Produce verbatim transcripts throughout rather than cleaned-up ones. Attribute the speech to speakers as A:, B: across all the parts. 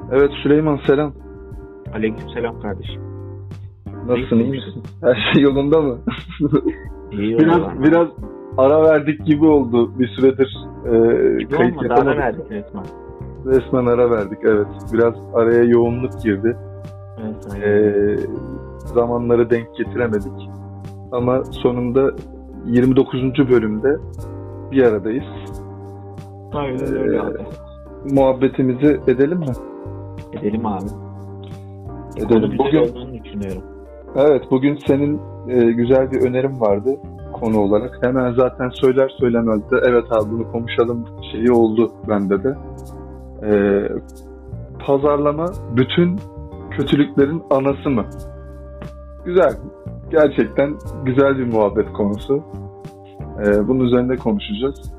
A: Evet Süleyman, selam.
B: Aleykümselam kardeşim.
A: Nasılsın, iyi misin? Her şey yolunda mı?
B: İyi
A: biraz
B: oldu.
A: biraz ara verdik gibi oldu bir süredir. E, kayıt
B: Olmadı, ara verdik resmen.
A: Resmen ara verdik, evet. Biraz araya yoğunluk girdi.
B: Evet,
A: e, zamanları denk getiremedik. Ama sonunda yirmi dokuzuncu bölümde bir aradayız.
B: Aynen öyle
A: e,
B: abi.
A: Muhabbetimizi edelim mi?
B: Edelim abi.
A: Edelim.
B: Bugün olduğunu düşünüyorum.
A: Evet, bugün senin e, güzel bir önerim vardı konu olarak. Hemen zaten söyler söylemez de evet abi bunu konuşalım şeyi oldu bende de. E, pazarlama bütün kötülüklerin anası mı? Güzel. Gerçekten güzel bir muhabbet konusu. E, bunun üzerinde konuşacağız.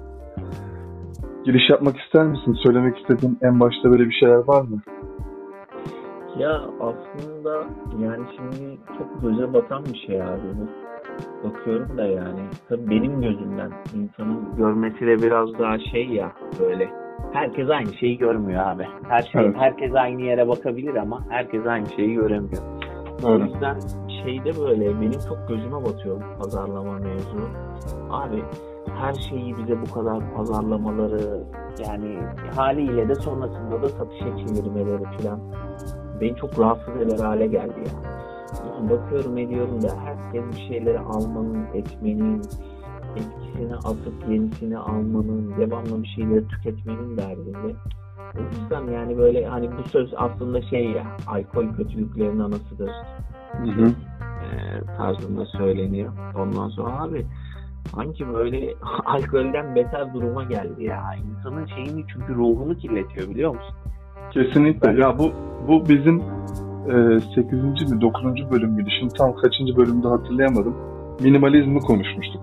A: Giriş yapmak ister misin? Söylemek istediğin en başta böyle bir şeyler var mı?
B: Ya aslında yani şimdi çok göze batan bir şey abi bu. Bakıyorum da yani tabii benim gözümden insanın görmesi de biraz daha şey ya, böyle herkes aynı şeyi görmüyor abi. Her şey
A: Evet.
B: Herkes aynı yere bakabilir ama herkes aynı şeyi göremiyor.
A: Öyle.
B: O yüzden şeyde böyle benim çok gözüme batıyor bu pazarlama mevzu. Abi her şeyi bize bu kadar pazarlamaları, yani haliyle de sonrasında da satışa çevirmeleri falan beni çok rahatsız eder hale geldi ya. Yani bakıyorum ediyorum da herkes bir şeyleri almanın, etmenin, etkisini atıp yenisini almanın, devamlı bir şeyleri tüketmenin derdinde. O yüzden yani böyle hani bu söz aslında şey ya, alkol kötülüklerin anasıdır
A: Hı hı.
B: e, tarzında söyleniyor. Ondan sonra abi sanki böyle alkolden beter duruma geldi ya. İnsanın şeyini, çünkü ruhunu kirletiyor, biliyor musun?
A: Kesinlikle. Ya bu bu bizim e, sekizinci mi dokuzuncu bölüm müydü? Şimdi tam kaçıncı bölümde hatırlayamadım. Minimalizmi konuşmuştuk.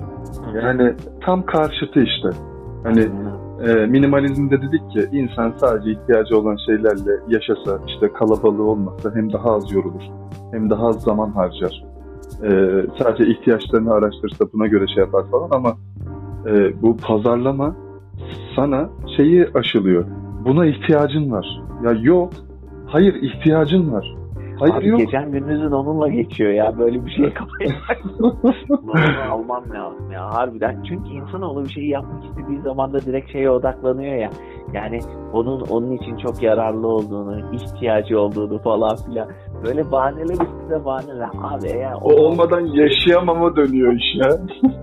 A: Yani tam karşıtı işte. Hani e, minimalizmde dedik ki insan sadece ihtiyacı olan şeylerle yaşasa, işte kalabalığı olmasa hem daha az yorulur, hem daha az zaman harcar. E, sadece ihtiyaçlarını araştırsa buna göre şey yapar falan ama e, bu pazarlama sana şeyi aşılıyor. Buna ihtiyacın var. Ya yok. Hayır, ihtiyacın var. Hayır,
B: abi
A: yok.
B: geçen gününüzün onunla geçiyor ya, böyle bir şey kafaya bunu almam lazım ya harbiden. Çünkü insanoğlu bir şeyi yapmak istediği zaman da direkt şeye odaklanıyor ya. Yani onun onun için çok yararlı olduğunu, ihtiyacı olduğunu falan filan. Böyle bahaneler üstüne bahaneler. Abi eğer
A: O olmadan yaşayamama dönüyor iş ya.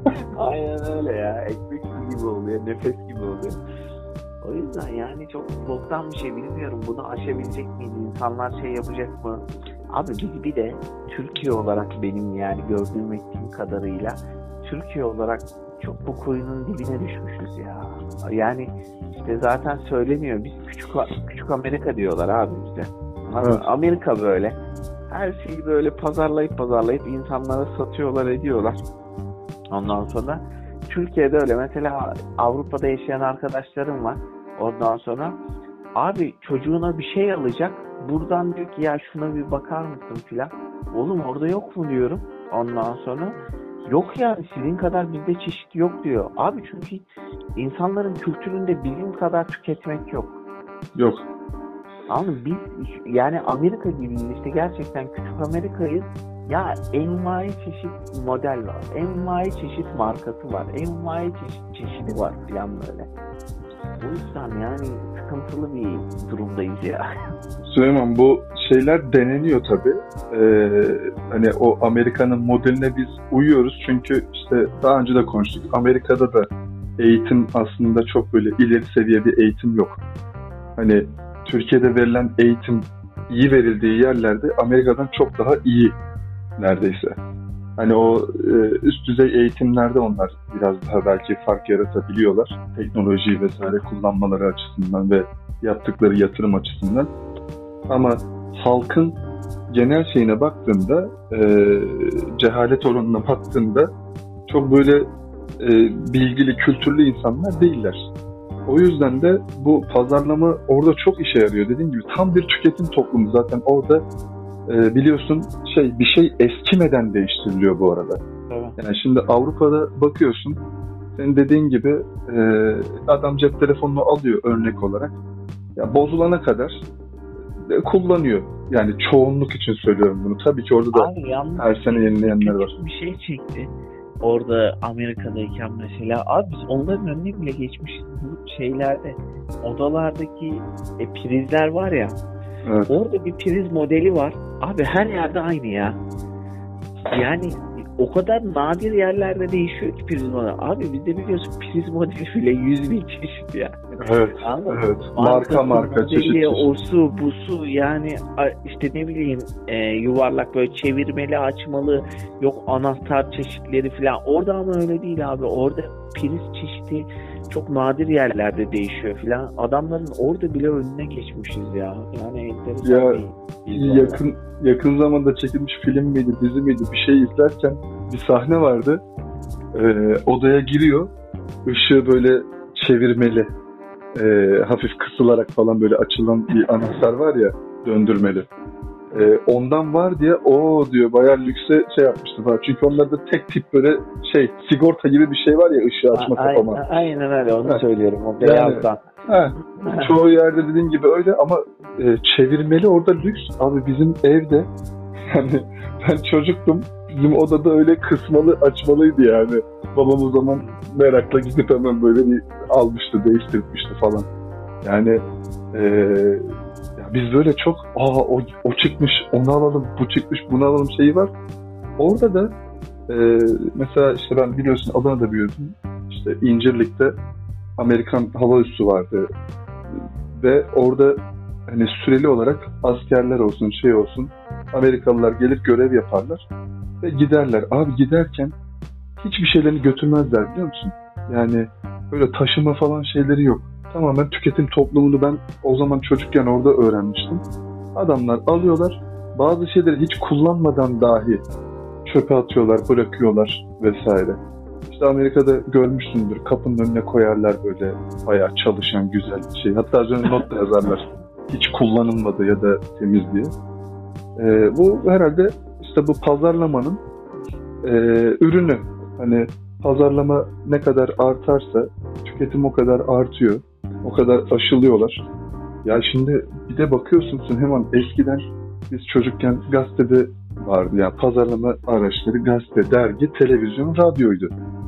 B: aynen öyle ya. Ekmek gibi oluyor, nefes gibi oluyor. O yüzden yani çok boktan bir şey, bilmiyorum. Bunu aşabilecek miyiz? İnsanlar şey yapacak mı? Abi biz bir de Türkiye olarak, benim yani gördüğüm ettiğim kadarıyla Türkiye olarak çok bu kuyunun dibine düşmüşüz ya. Yani işte zaten söyleniyor. Biz küçük küçük Amerika diyorlar abi bize.
A: Evet.
B: Amerika böyle. Her şeyi böyle pazarlayıp pazarlayıp insanlara satıyorlar, ediyorlar. Ondan sonra Türkiye'de öyle. Mesela Avrupa'da yaşayan arkadaşlarım var. Ondan sonra abi çocuğuna bir şey alacak. Buradan diyor ki ya şuna bir bakar mısın filan. Oğlum orada yok mu diyorum. Ondan sonra yok yani, sizin kadar bizde çeşit yok diyor. Abi çünkü insanların kültüründe bizim kadar tüketmek yok.
A: Yok.
B: Ama biz yani Amerika gibiyiz işte, gerçekten küçük Amerika'yız. Ya envai çeşit model var. Envai çeşit markası var. Envai çeşit çeşidi var filan böyle. O yüzden yani sıkıntılı bir durumdayız ya.
A: Süleyman, bu şeyler deneniyor tabii. Ee, hani o Amerika'nın modeline biz uyuyoruz. Çünkü işte daha önce de konuştuk. Amerika'da da eğitim aslında çok böyle ileri seviye bir eğitim yok. Hani Türkiye'de verilen eğitim iyi verildiği yerlerde Amerika'dan çok daha iyi neredeyse. Hani o e, üst düzey eğitimlerde onlar biraz daha belki fark yaratabiliyorlar. Teknolojiyi vesaire kullanmaları açısından ve yaptıkları yatırım açısından. Ama halkın genel şeyine baktığında, e, cehalet oranına baktığında çok böyle e, bilgili, kültürlü insanlar değiller. O yüzden de bu pazarlama orada çok işe yarıyor. Dediğim gibi tam bir tüketim toplumu zaten orada. Ee, biliyorsun şey bir şey eskimeden değiştiriliyor bu arada.
B: Evet.
A: Yani şimdi Avrupa'da bakıyorsun, senin dediğin gibi e, adam cep telefonunu alıyor örnek olarak. Ya bozulana kadar e, kullanıyor. Yani çoğunluk için söylüyorum bunu. Tabii ki orada da
B: Abi,
A: her sene yenileyenler var.
B: Bir şey çekti. Orada Amerika'dayken mesela abi biz onların önüne bile geçmişiz bu şeylerde. Odalardaki e, prizler var ya.
A: Evet.
B: Orada bir priz modeli var. Abi her yerde aynı ya. Yani o kadar nadir yerlerde değişiyor ki priz modeli. Abi bizde biliyorsun priz modeli bile yüz bin çeşit ya.
A: Evet. evet. Marka marka çeşit çeşit.
B: O su bu su yani işte ne bileyim e, yuvarlak böyle çevirmeli açmalı yok anahtar çeşitleri falan. Orada ama öyle değil abi. Orada priz çeşidi çok nadir yerlerde değişiyor falan. Adamların orada bile önüne geçmişiz ya. Yani enteresan
A: ya,
B: bir
A: yakın yakın zamanda çekilmiş film miydi, dizi miydi bir şey izlerken bir sahne vardı. Ee, odaya giriyor. Işığı böyle çevirmeli. Ee, hafif kısılarak falan böyle açılan bir anahtar var ya, döndürmeli. Ee, ondan var diye o diyor bayağı lükse şey yapmıştı falan. Çünkü onlarda tek tip böyle şey sigorta gibi bir şey var ya, ışığı açma
B: A-
A: kapama.
B: a- Aynen öyle onu
A: ha.
B: söylüyorum o beyazdan.
A: Yani, he, çoğu yerde dediğin gibi öyle ama e, çevirmeli orada lüks. Abi bizim evde yani ben çocuktum. Bizim odada öyle kısmalı açmalıydı yani. Babam o zaman merakla gidip hemen böyle bir almıştı, değiştirmişti falan. Yani e, ya biz böyle çok aa o, o çıkmış, onu alalım, bu çıkmış, bunu alalım şeyi var. Orada da e, mesela işte ben biliyorsun Adana'da büyüdüm. İşte İncirlik'te Amerikan hava üssü vardı. Ve orada hani süreli olarak askerler olsun, şey olsun, Amerikalılar gelir görev yaparlar ve giderler. Abi giderken hiçbir şeylerini götürmezler biliyor musun? Yani böyle taşıma falan şeyleri yok. Tamamen tüketim toplumunu ben o zaman çocukken orada öğrenmiştim. Adamlar alıyorlar, bazı şeyleri hiç kullanmadan dahi çöpe atıyorlar, bırakıyorlar vesaire. İşte Amerika'da görmüşsündür, kapının önüne koyarlar böyle bayağı çalışan güzel bir şey. Hatta üzerine not da yazarlar. Hiç kullanılmadı ya da temiz diye. Ee, bu herhalde işte bu pazarlamanın e, ürünü. Hani pazarlama ne kadar artarsa tüketim o kadar artıyor. O kadar aşılıyorlar. Ya şimdi bir de bakıyorsun sen hemen eskiden biz çocukken gazetede vardı. Yani pazarlama araçları gazete, dergi, televizyon, radyoydu.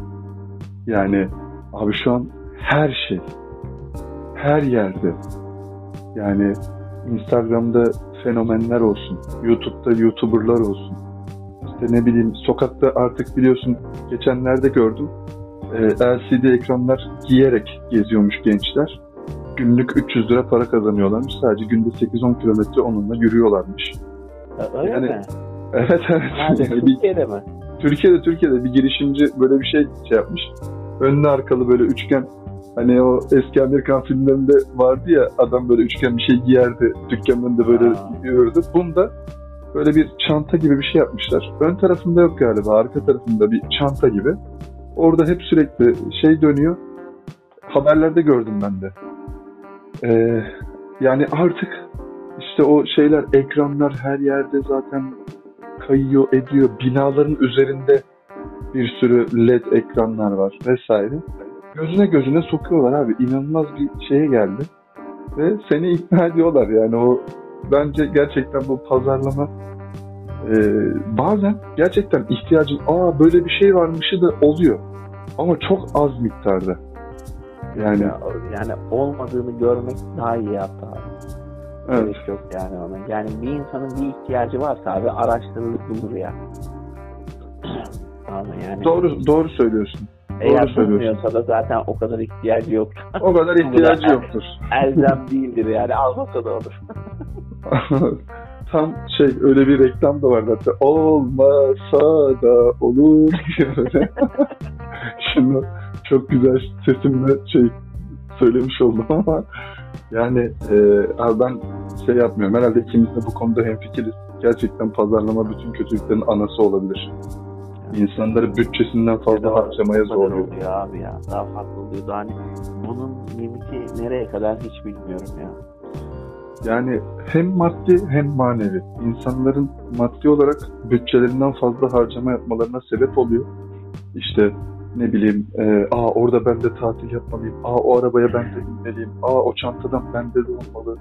A: Yani abi şu an her şey, her yerde. Yani Instagram'da fenomenler olsun, YouTube'da YouTuber'lar olsun. İşte ne bileyim sokakta artık biliyorsun geçenlerde gördüm. L C D ekranlar giyerek geziyormuş gençler. Günlük üç yüz lira para kazanıyorlarmış. Sadece günde sekiz on kilometre onunla yürüyorlarmış.
B: Öyle
A: yani,
B: mi?
A: Evet evet.
B: Yani, yani Türkiye'de
A: bir,
B: mi?
A: Türkiye'de Türkiye'de bir girişimci böyle bir şey şey yapmış. Önlü arkalı böyle üçgen, hani o eski Amerikan filmlerinde vardı ya, adam böyle üçgen bir şey giyerdi, dükkanın önünde böyle Aa. yürürdü. Bunda böyle bir çanta gibi bir şey yapmışlar. Ön tarafında yok galiba, arka tarafında bir çanta gibi. Orada hep sürekli şey dönüyor. Haberlerde gördüm ben de. Ee, yani artık işte o şeyler, ekranlar her yerde zaten kayıyor ediyor. Binaların üzerinde bir sürü led ekranlar var vesaire. Gözüne gözüne sokuyorlar abi. İnanılmaz bir şeye geldi. Ve seni ikna ediyorlar yani. O bence gerçekten bu pazarlama e, bazen gerçekten ihtiyacın aa böyle bir şey varmışı da oluyor. Ama çok az miktarda. Yani
B: yani olmadığını görmek daha iyi hatta.
A: Evet.
B: Gerek yok yani ona. Yani bir insanın bir ihtiyacı varsa abi araştırılır bulur ya. Ama yani
A: doğru doğru söylüyorsun.
B: Eğer
A: doğru söylüyorsun.
B: bulmuyorsa da zaten o kadar ihtiyacı yok.
A: O kadar ihtiyacı yoktur.
B: Elzem değildir yani. Almasa da olur.
A: Tam şey öyle bir reklam da var zaten. Olmasa da olur diye. Şimdi çok güzel sesimle şey söylemiş oldum ama yani e, abi ben şey yapmıyorum. Herhalde ikimiz de bu konuda hemfikiriz. Gerçekten pazarlama bütün kötülüklerin anası olabilir. İnsanları bütçesinden fazla harcamaya zorluyor.
B: Abi ya. Daha farklı oluyor. Hani bunun limiti nereye kadar hiç bilmiyorum ya.
A: Yani hem maddi hem manevi. İnsanların maddi olarak bütçelerinden fazla harcama yapmalarına sebep oluyor. İşte ne bileyim, e, aa orada ben de tatil yapmalıyım, aa o arabaya ben de binmeliyim, aa o çantadan bende de olmalı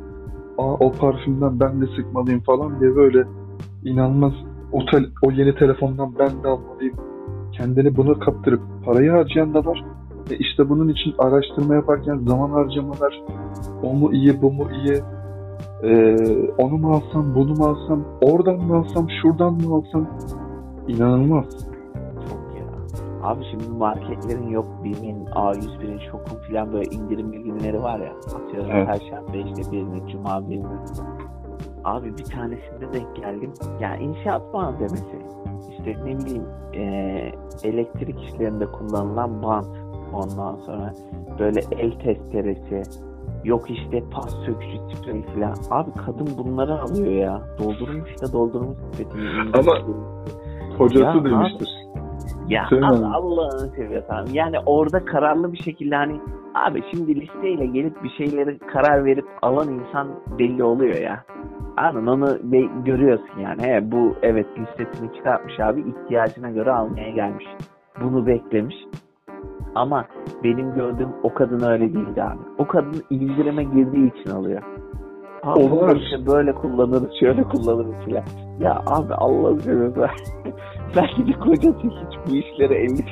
A: aa o parfümden ben de sıkmalıyım falan diye böyle inanılmaz o, tel, o yeni telefondan ben de almalıyım. Kendini buna kaptırıp parayı harcayan da var. E işte bunun için araştırma yaparken zaman harcamalar, o mu iyi, bu mu iyi, ee, onu mu alsam, bunu mu alsam, oradan mı alsam, şuradan mı alsam, inanılmaz.
B: Çok ya. Abi şimdi marketlerin yok, BİM'in, A yüz birin, Şok'un falan böyle indirim günleri var ya. Atıyorum
A: Evet.
B: Perşembe işte birini, Cuma birini. Abi bir tanesinde denk geldim. Ya inşaat malzemesi. İşte ne bileyim e, elektrik işlerinde kullanılan bant. Ondan sonra böyle el testeresi. Yok işte pas sökücü sprey falan. Abi kadın bunları alıyor ya. Doldurmuş da doldurmuş sepetini.
A: Ama hocası
B: Ya
A: demiştir.
B: Ya Allah, Allah'ını seviyorsan. Yani orada kararlı bir şekilde hani abi şimdi listeyle gelip bir şeyleri karar verip alan insan belli oluyor ya. Anladın, onu be- görüyorsun yani. He, bu evet listesini çıkartmış abi, ihtiyacına göre almaya gelmiş. Bunu beklemiş. Ama benim gördüğüm o kadın öyle değildi abi. O kadın indirime girdiği için alıyor. Abi
A: Olur.
B: işte böyle kullanırız, şöyle kullanırız filan. Ya abi Allah'ını seversen. Belki de kocası hiç bu işlere elini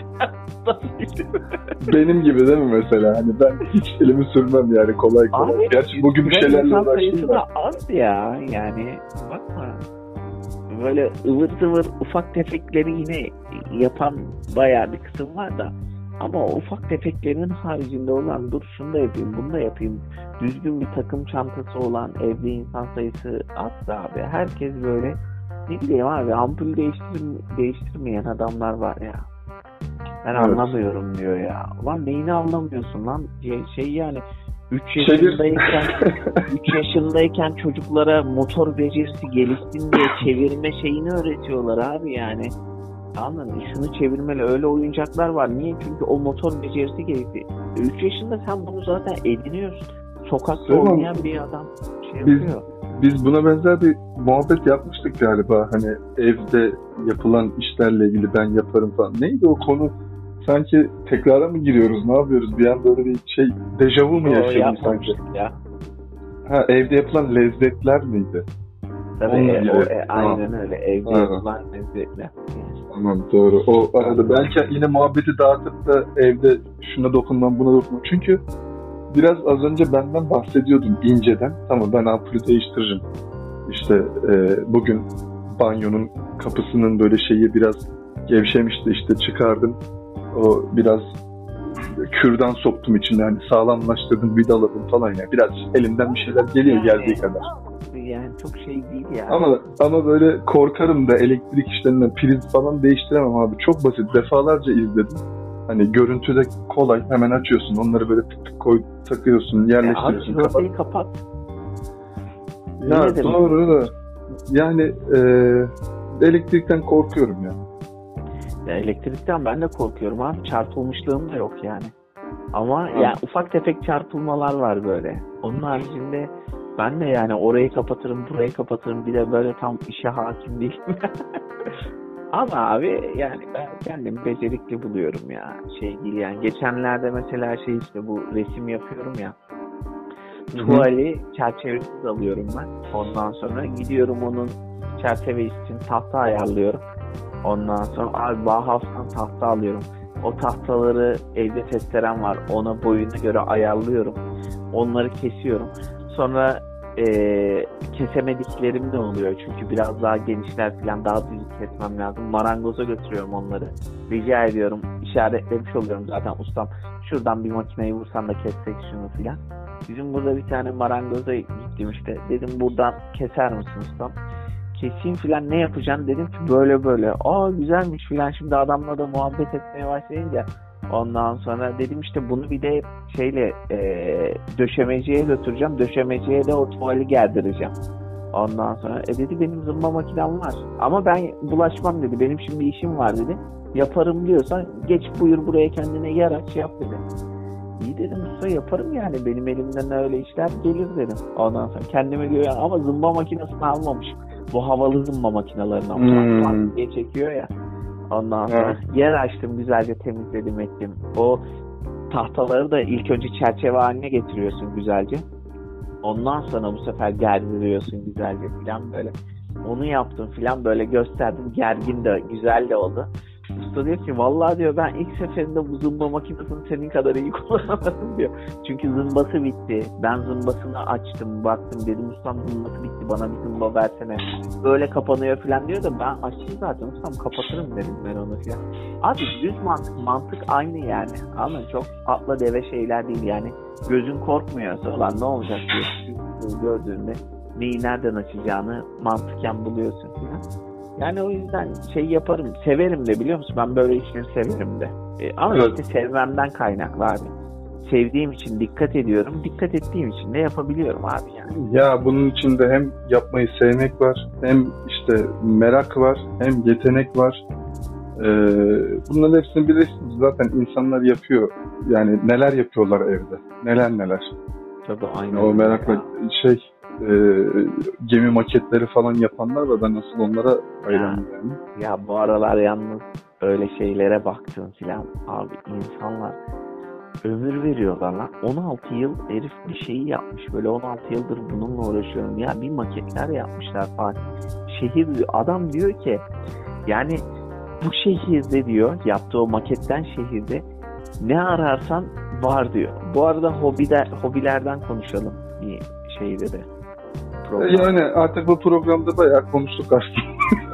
A: Benim gibi değil mi mesela? Hani ben hiç elimi sürmem yani kolay kolay.
B: Abi,
A: gerçi bugün bir şeylerle uğraştım
B: da
A: da.
B: az ya yani bakma. Böyle ıvır zıvır ufak tefekleri yine yapan bayağı bir kısım var da. Ama o ufak tefeklerin haricinde olan dur şunu da yapayım, bunu da yapayım. Düzgün bir takım çantası olan evde insan sayısı az abi. Herkes böyle ne bileyim abi ampul değiştir değiştirmeyen adamlar var ya. Ben evet. Anlamıyorum diyor ya. Lan neyini anlamıyorsun lan? Şey, şey yani üç yaşındayken üç yaşındayken çocuklara motor becerisi gelişsin diye çevirme şeyini öğretiyorlar abi yani. Anladın mı? Şunu çevirmeli öyle oyuncaklar var. Niye? Çünkü o motor becerisi gelişti. üç yaşında sen bunu zaten ediniyorsun. Sokakta Değil oynayan mi? Bir adam şey
A: biz,
B: yapıyor.
A: Biz buna benzer bir muhabbet yapmıştık galiba. Hani evde yapılan işlerle ilgili ben yaparım falan. Neydi o konu? Sanki tekrara mı giriyoruz? Ne yapıyoruz? Bir an böyle bir şey dejavu mu yaşadım sanki? Ya. Ha, evde yapılan lezzetler miydi?
B: Tabii e, o, e, aynen öyle. Evde ha. Yapılan lezzetler.
A: Tamam doğru. O arada belki yine muhabbeti dağıtıp da evde şuna dokunmam buna dokunmam. Çünkü biraz az önce benden bahsediyordum inceden. Tamam ben ampulü değiştiririm. İşte e, bugün banyonun kapısının böyle şeyi biraz gevşemişti. İşte çıkardım. O biraz kürdan soktum içine. Hani sağlamlaştırdım, vidaladım falan yani. Biraz elimden bir şeyler geliyor yani, geldiği kadar.
B: Yani çok şey değil yani.
A: Ama ama böyle korkarım da elektrik işlerinden priz falan değiştiremem abi. Çok basit. Defalarca izledim. Hani görüntüde kolay. Hemen açıyorsun. Onları böyle tık tık koy, takıyorsun, yerleştiriyorsun.
B: Ya abi kapat. kapat.
A: Ya ne doğru da. Yani e, elektrikten korkuyorum ya.
B: Ya elektrikten ben de korkuyorum abi. Çarpılmışlığım da yok yani. Ama ha. Yani ufak tefek çarpılmalar var böyle. Onun haricinde ben de yani orayı kapatırım, burayı kapatırım. Bir de böyle tam işe hakim değilim. Ama abi yani ben kendimi becerikli buluyorum ya. Şey değil yani. Geçenlerde mesela şey işte bu resim yapıyorum ya. Tuvali çerçevesiz alıyorum ben. Ondan sonra gidiyorum onun çerçeve için tahta ayarlıyorum. Ondan sonra abi Bauhaus'tan tahta alıyorum. O tahtaları evde testerem var. Ona boyuna göre ayarlıyorum. Onları kesiyorum. Sonra e, kesemediklerim de oluyor. Çünkü biraz daha genişler falan daha düz kesmem lazım. Marangoza götürüyorum onları. Rica ediyorum. İşaretlemiş oluyorum zaten ustam. Şuradan bir makineyi vursan da kessek şunu falan. Bizim burada bir tane marangoza gittim işte. Dedim buradan keser misin ustam? Keseyim filan ne yapacaksın dedim ki böyle böyle. Aa güzelmiş filan şimdi adamla da muhabbet etmeye başlayınca ondan sonra dedim işte bunu bir de şeyle e, döşemeciye götüreceğim. Döşemeciye de o tuvali gerdireceğim. Ondan sonra e dedi benim zımba makinem var. Ama ben bulaşmam dedi. Benim şimdi işim var dedi. Yaparım diyorsan geç buyur buraya kendine yer aç yap dedi. İyi dedim usta yaparım yani benim elimden öyle işler gelir dedim. Ondan sonra kendime diyor yani ama zımba makinesini almamışım. Bu havalı zımba makinelerinden hmm. diye çekiyor ya. Ondan sonra evet. Yer açtım güzelce temizledim ettim. O tahtaları da ilk önce çerçeve haline getiriyorsun güzelce. Ondan sonra bu sefer gerdiriyorsun güzelce falan böyle. Onu yaptım falan böyle gösterdim. Gergin de güzel de oldu. Usta diyor ki vallahi diyor ben ilk seferinde bu zımba makinesini senin kadar iyi kullanamadım diyor. Çünkü zımbası bitti. Ben zımbasını açtım baktım dedim ustam zımbası bitti bana bir zımba versene. Böyle kapanıyor falan diyor da ben açtım zaten ustam kapatırım dedim ben onu falan. Abi düz mantık mantık aynı yani. Ama çok atla deve şeyler değil yani. Gözün korkmuyorsa olan ne olacak diyor. Gördüğünde neyi nereden açacağını mantıken buluyorsun falan. Yani o yüzden şey yaparım, severim de biliyor musun? Ben böyle işleri severim de. E, ama evet. işte sevmemden kaynaklı abi. Sevdiğim için dikkat ediyorum, dikkat ettiğim için de yapabiliyorum abi yani.
A: Ya bunun içinde hem yapmayı sevmek var, hem işte merak var, hem yetenek var. Ee, bunların hepsini bilirsiniz. Zaten insanlar yapıyor. Yani neler yapıyorlar evde, neler neler.
B: Tabii aynen.
A: O merakla ya. şey... E, gemi maketleri falan yapanlar var. Ben asıl onlara hayranım
B: ya,
A: yani.
B: Ya bu aralar yalnız öyle şeylere baktım filan abi insanlar ömür veriyorlar lan. on altı yıl herif bir şeyi yapmış. Böyle on altı yıldır bununla uğraşıyorum. Ya bir maketler yapmışlar falan. Şehir adam diyor ki yani bu şehirde diyor yaptığı o maketten şehirde ne ararsan var diyor. Bu arada hobide, hobilerden konuşalım bir şeyde de.
A: Program. Yani artık bu programda bayağı konuştuk aslında.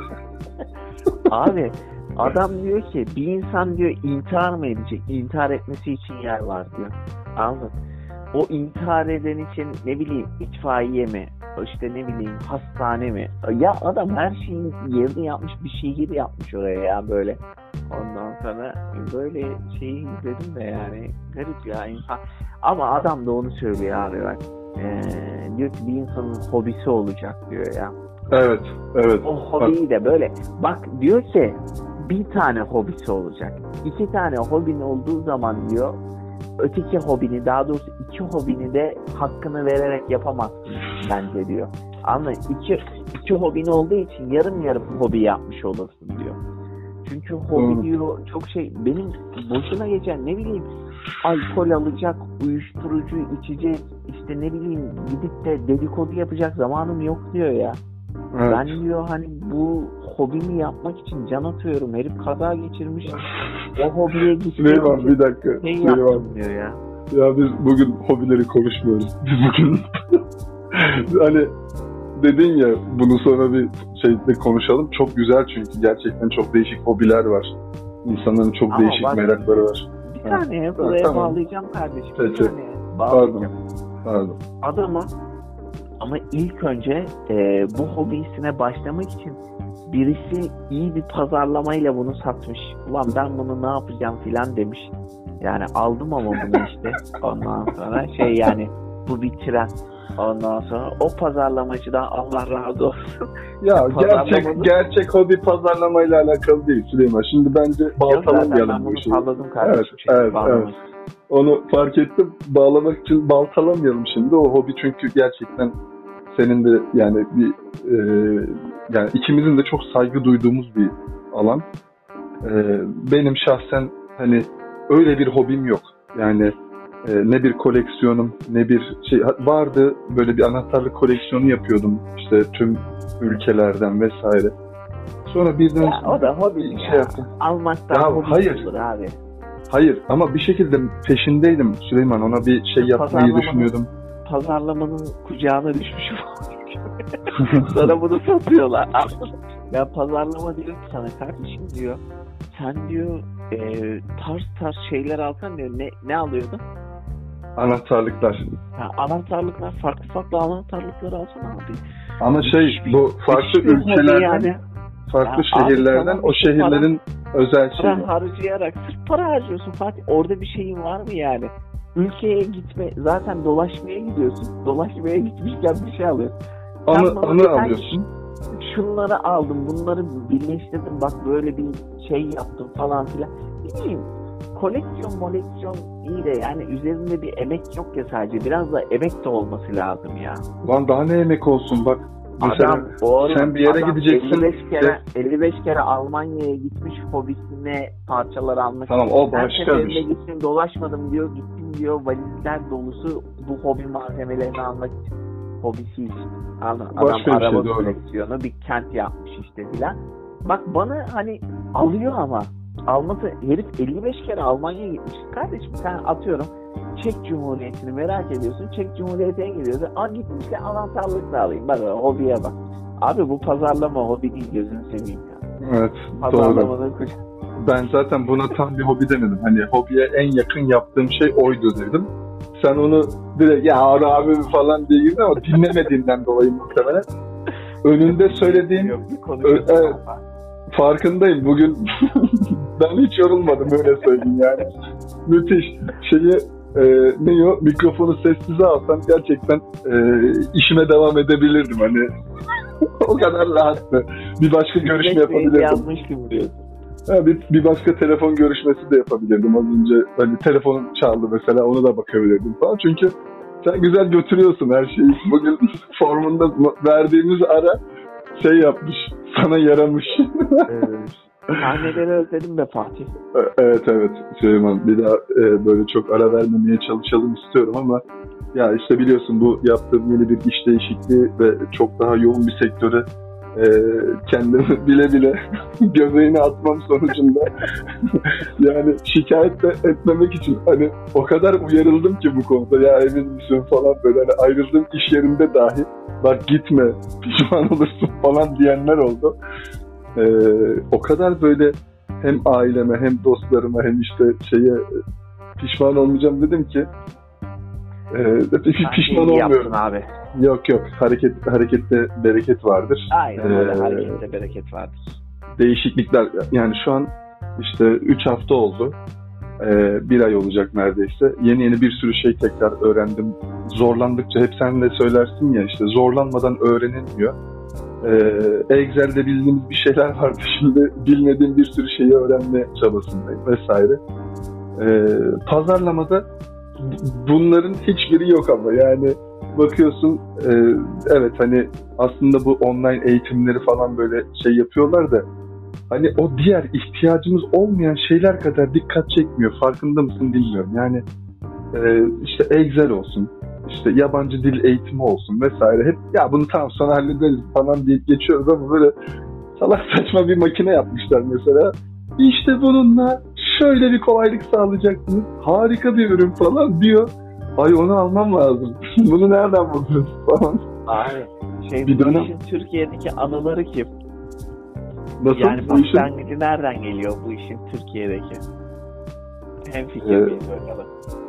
B: Abi adam diyor ki bir insan diyor intihar mı edecek? İntihar etmesi için yer var diyor. Anladın? O intihar eden için ne bileyim itfaiye mi? İşte ne bileyim hastane mi? Ya adam her şeyin yerini yapmış bir şehir yapmış oraya ya böyle. Ondan sonra böyle şeyi izledim de yani garip ya insan. Ama adam da onu söylüyor abi bak. Ee, diyor ki bir insanın hobisi olacak diyor ya.
A: Evet, evet.
B: O hobiyi de böyle bak diyor ki bir tane hobisi olacak. İki tane hobin olduğu zaman diyor öteki hobini daha doğrusu iki hobini de hakkını vererek yapamazsın bence diyor. Ama iki, iki hobin olduğu için yarım yarım hobi yapmış olursun diyor. Çünkü hobi hmm. diyor çok şey benim boşuna geçen ne bileyim alkol alacak, uyuşturucu içecek, işte ne bileyim gidip de dedikodu yapacak zamanım yok diyor ya. Evet. Ben diyor hani bu hobimi yapmak için can atıyorum. Herif kaza geçirmiş. O hobiye gitmek
A: Süleyman bir dakika.
B: Şey
A: Süleyman
B: diyor ya.
A: Ya biz bugün hobileri konuşmuyoruz. Biz bugün hani dedin ya bunu sonra bir şeyde konuşalım. Çok güzel çünkü gerçekten çok değişik hobiler var. İnsanların çok Ama değişik bak, merakları var.
B: Bir saniye buraya tamam. bağlayacağım kardeşim.
A: Peki.
B: Bir saniye bağlayacağım.
A: Pardon. Pardon.
B: Adama ama ilk önce e, bu hobisine başlamak için birisi iyi bir pazarlamayla bunu satmış. Ulan ben bunu ne yapacağım filan demiş. Yani aldım ama bunu işte. Ondan sonra şey yani bu bir tren. Ondan sonra o pazarlamacıdan Allah razı olsun.
A: Ya gerçek gerçek hobi pazarlamayla alakalı değil Süleyman. Şimdi bence baltalamayalım bu şeyi.
B: Salladım kardeşim.
A: Evet, evet, evet. Onu fark ettim. Bağlamak için baltalamayalım şimdi. O hobi çünkü gerçekten senin de yani bir e, yani ikimizin de çok saygı duyduğumuz bir alan. E, benim şahsen hani öyle bir hobim yok. Yani e, ne bir koleksiyonum ne bir şey vardı. Böyle bir anahtarlık koleksiyonu yapıyordum. İşte tüm ülkelerden vesaire. Sonra birden
B: ya, o da hobi şey yaptım. Almaktan
A: ya,
B: hobi
A: hayır.
B: olur abi.
A: Hayır ama bir şekilde peşindeydim Süleyman. Ona bir şey yapmayı düşünüyordum.
B: Pazarlamanın kucağına düşmüşüm. Sana bunu satıyorlar. Ben pazarlama diyorum ki sana kardeşim diyor. Sen diyor e, tarz tarz şeyler alsan diyor. Ne, ne alıyordun?
A: Anahtarlıklar.
B: Ha, anahtarlıklar farklı farklı anahtarlıklar alsan abi.
A: Ama şey hiçbir, bu farklı ülkelerden yani. Farklı ya şehirlerden abi, o şehirlerin para, özel şeyi.
B: Para harcayarak sırf para harcıyorsun Fatih. Orada bir şeyin var mı yani? Ülkeye gitme zaten dolaşmaya gidiyorsun. Dolaşmaya gitmişken bir şey alıyorsun.
A: Anı, anı alıyorsun.
B: Şunları aldım, bunları birleştirdim. Bak böyle bir şey yaptım falan filan. Ne bileyim. Koleksiyon, moleksiyon iyi de yani üzerinde bir emek yok ya sadece. Biraz da emek de olması lazım ya.
A: Lan daha ne emek olsun bak. Mesela
B: adam, doğru,
A: sen bir yere
B: adam
A: gideceksin.
B: elli beş kere elli beş kere Almanya'ya gitmiş hobisine parçalar almış.
A: Tamam, o
B: Her
A: başka
B: seferinde
A: bir şey.
B: gittim dolaşmadım diyor, gittim diyor, valizler dolusu bu hobi malzemelerini almak için, hobisi için. Adam, adam
A: Başka bir şey,
B: araba
A: doğru.
B: koleksiyonu, bir kent yapmış işte filan. Bak bana hani alıyor ama alması, herif elli beş kere Almanya'ya gitmiş. Kardeşim sen atıyorum Çek Cumhuriyeti'ni merak ediyorsun. Çek Cumhuriyeti'ne gidiyorsun. Aa gitmiş de anahtarlık sağlayayım. Bak hobiye bak. Abi bu pazarlama hobi değil, gözünü seveyim ya.
A: Evet,
B: Pazarlamanın
A: doğru.
B: kuş.
A: Ben zaten buna tam bir hobi demedim. Hani hobiye en yakın yaptığım şey oydu dedim. Sen onu direkt ya abi falan diye girdin ama dinlemediğinden dolayı muhtemelen. Önünde söylediğim
B: Yok,
A: ö- evet, farkındayım. Bugün ben hiç yorulmadım, öyle söyleyeyim yani. Müthiş. Şeyi e, ne o? Mikrofonu sessize alsam gerçekten e, işime devam edebilirdim. Hani o kadar rahattı. Bir başka görüşme yapabilirdim.
B: Yazmıştım diyorsun.
A: Ha, bir, bir başka telefon görüşmesi de yapabilirdim. Az önce hani telefonum çaldı mesela, ona da bakabilirdim falan. Çünkü sen güzel götürüyorsun her şeyi. Bugün formunda verdiğimiz ara şey yapmış, sana yaramış.
B: Evet. Sahneleri özledim be Fatih.
A: Evet evet Süleyman, bir daha e, böyle çok ara vermemeye çalışalım istiyorum ama ya işte biliyorsun, bu yaptığım yeni bir iş değişikliği ve çok daha yoğun bir sektöre e, kendimi bile bile göbeğine atmam sonucunda yani şikayet de etmemek için hani o kadar uyarıldım ki bu konuda, ya emin misin falan, böyle hani ayrıldığım iş yerinde dahi bak gitme pişman olursun falan diyenler oldu. Ee, o kadar böyle hem aileme hem dostlarıma hem işte şeye pişman olmayacağım dedim ki e, pişman olmuyorum
B: abi.
A: Yok yok, hareket harekette bereket vardır.
B: Aynen öyle,
A: ee,
B: harekette bereket vardır.
A: Değişiklikler yani şu an işte üç hafta oldu. Ee, bir ay olacak neredeyse. Yeni yeni bir sürü şey tekrar öğrendim. Zorlandıkça, hep sen de söylersin ya, işte zorlanmadan öğrenilmiyor. Ee, Excel'de bildiğimiz bir şeyler vardı. Şimdi bilmediğim bir sürü şeyi öğrenme çabasındayım vesaire. Ee, pazarlamada bunların hiçbiri yok ama yani bakıyorsun e, evet hani aslında bu online eğitimleri falan böyle şey yapıyorlar da hani o diğer ihtiyacımız olmayan şeyler kadar dikkat çekmiyor. Farkında mısın bilmiyorum. Yani e, işte Excel olsun, işte yabancı dil eğitimi olsun vesaire. Hep ya bunu tamam sonra hallederiz falan deyip geçiyoruz ama böyle salak saçma bir makine yapmışlar mesela. İşte bununla şöyle bir kolaylık sağlayacaksınız. Harika bir ürün falan diyor. Ay onu almam lazım. Bunu nereden buluyorsun falan.
B: Abi şey,
A: bir
B: bu
A: dönem...
B: işin Türkiye'deki anıları kim?
A: Nasıl?
B: Yani
A: bu işin...
B: başlangıcı nereden geliyor bu işin Türkiye'deki? Hem fikir
A: ee,
B: miyiz bakalım?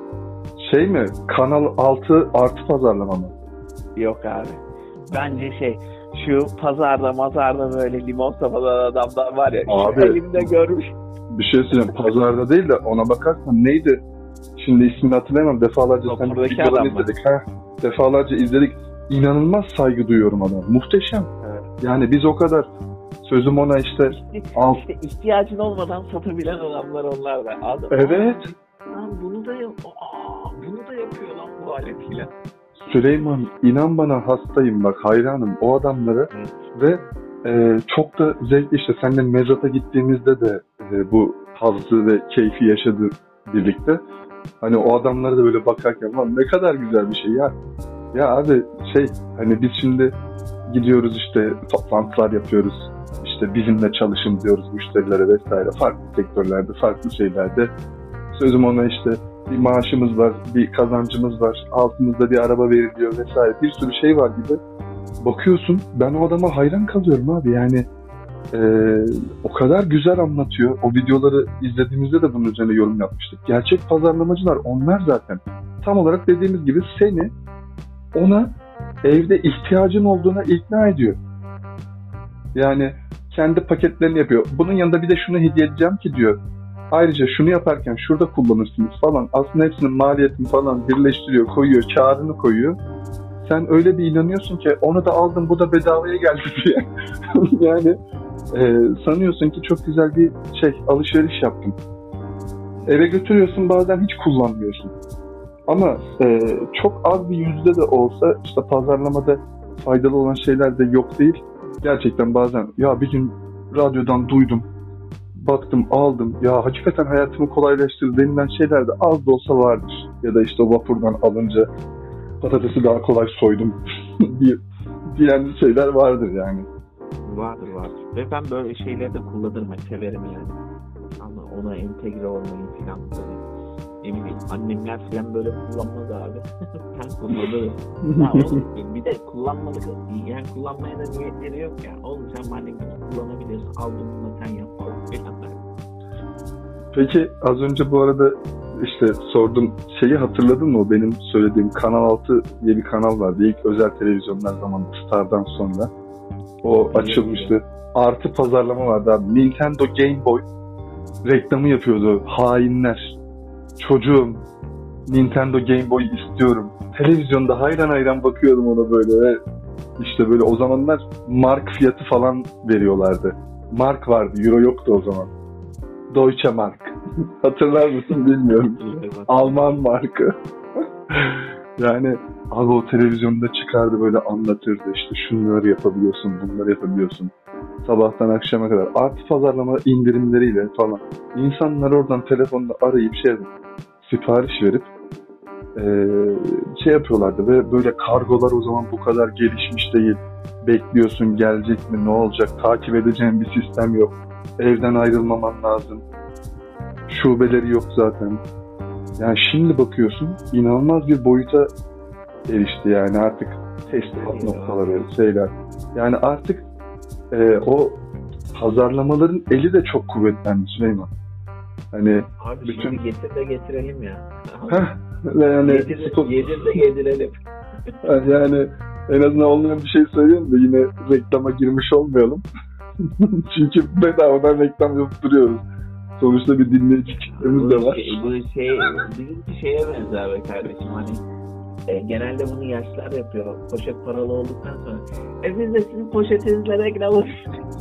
A: Şey mi? Kanal altı artı pazarlama mı?
B: Yok abi. Bence şey, şu pazarda mazarda böyle limon satan adamlar var ya.
A: Abi,
B: şu elimde görmüş.
A: Bir şey söyleyeyim. Pazarda değil de ona bakarsan neydi? Şimdi ismini hatırlayamam. Defalarca sen videolarını izledik. Ha, defalarca izledik. İnanılmaz saygı duyuyorum adama. Muhteşem.
B: Evet.
A: Yani biz o kadar sözüm ona işte...
B: İşte,
A: al...
B: işte ihtiyacın olmadan satabilen adamlar onlar da. Adam,
A: evet.
B: Lan bunu da yap Aa, bunu da yapıyor lan bu aletiyle.
A: Süleyman, inan bana hastayım bak, hayranım o adamlara. Hı. Ve e, çok da zevkli, işte seninle mezata gittiğimizde de e, bu hazzı ve keyfi yaşadık birlikte. Hani o adamlara da böyle bakarken lan ne kadar güzel bir şey ya. Ya abi şey hani biz şimdi gidiyoruz işte toplantılar yapıyoruz. İşte bizimle çalışın diyoruz müşterilere vesaire. Farklı sektörlerde, farklı şeylerde. Sözüm ona işte bir maaşımız var, bir kazancımız var, altımızda bir araba veriliyor vesaire. Bir sürü şey var gibi. Bakıyorsun ben o adama hayran kalıyorum abi. Yani e, o kadar güzel anlatıyor. O videoları izlediğimizde de bunun üzerine yorum yapmıştık. Gerçek pazarlamacılar onlar zaten. Tam olarak dediğimiz gibi seni ona evde ihtiyacın olduğuna ikna ediyor. Yani kendi paketlerini yapıyor. Bunun yanında bir de şunu hediye edeceğim ki diyor. Ayrıca şunu yaparken şurada kullanırsınız falan. Aslında hepsinin maliyetini falan birleştiriyor, koyuyor, kârını koyuyor. Sen öyle bir inanıyorsun ki onu da aldım, bu da bedavaya geldi diye. Yani e, sanıyorsun ki çok güzel bir şey, alışveriş yaptın. Eve götürüyorsun, bazen hiç kullanmıyorsun. Ama e, çok az bir yüzde de olsa işte pazarlamada faydalı olan şeyler de yok değil. Gerçekten bazen ya bir gün radyodan duydum, baktım, aldım. Ya hakikaten hayatımı kolaylaştırdı denilen şeyler de az da olsa vardır. Ya da işte o vapurdan alınca patatesi daha kolay soydum diyen şeyler vardır yani.
B: Vardır vardır. Ve ben böyle şeyleri de kullanırım, severim yani. Ama ona entegre olmayı falan böyle. Ne bileyim, annemler falan böyle kullanmaz abi. Ben kullanırım. Ya oğlum, bir de kullanmadık, yani kullanmaya da niyetleri yok ya. Oğlum sen annem gibi kullanabilirsin. Al bunu sen yap falan.
A: Peki az önce bu arada işte sordum, şeyi hatırladın mı, o benim söylediğim Kanal altı diye bir kanal vardı. İlk özel televizyonlar zamanında, Star'dan sonra. O açılmıştı. Artı pazarlama vardı abi. Nintendo Game Boy reklamı yapıyordu. Hainler. Çocuğum, Nintendo Game Boy istiyorum. Televizyonda hayran hayran bakıyordum ona böyle ve işte böyle o zamanlar mark fiyatı falan veriyorlardı. Mark vardı, euro yoktu o zaman. Deutsche Mark. Hatırlar mısın bilmiyorum. Alman markı. Yani abi o televizyonda çıkardı böyle anlatırdı, işte şunları yapabiliyorsun, bunları yapabiliyorsun. Sabahtan akşama kadar artı pazarlama indirimleriyle falan. İnsanlar oradan telefonla arayıp şey sipariş verip ee, şey yapıyorlardı ve böyle kargolar o zaman bu kadar gelişmiş değil. Bekliyorsun, gelecek mi, ne olacak, takip edeceğin bir sistem yok. Evden ayrılmaman lazım. Şubeleri yok zaten. Yani şimdi bakıyorsun inanılmaz bir boyuta erişti yani artık teslimat noktaları, şeyler. Yani artık e, o pazarlamaların eli de çok kuvvetlendi Süleyman. Hani
B: abi
A: bütün...
B: şimdi getir de getirelim ya.
A: Heh, yani
B: yedir,
A: spot...
B: yedir de yedirelim.
A: Yani en azından olmayan bir şey söyleyeyim de yine reklama girmiş olmayalım. Çünkü bedavadan reklam yapıp duruyoruz. Sonuçta bir dinleyici kitlemiz de var.
B: Şey, bu şey, bizimki şeye benzer be kardeşim, hani e, genelde bunu yaşlılar yapıyor. Poşet paralı olduktan sonra. E biz de sizin poşetinizle reklam alıyoruz.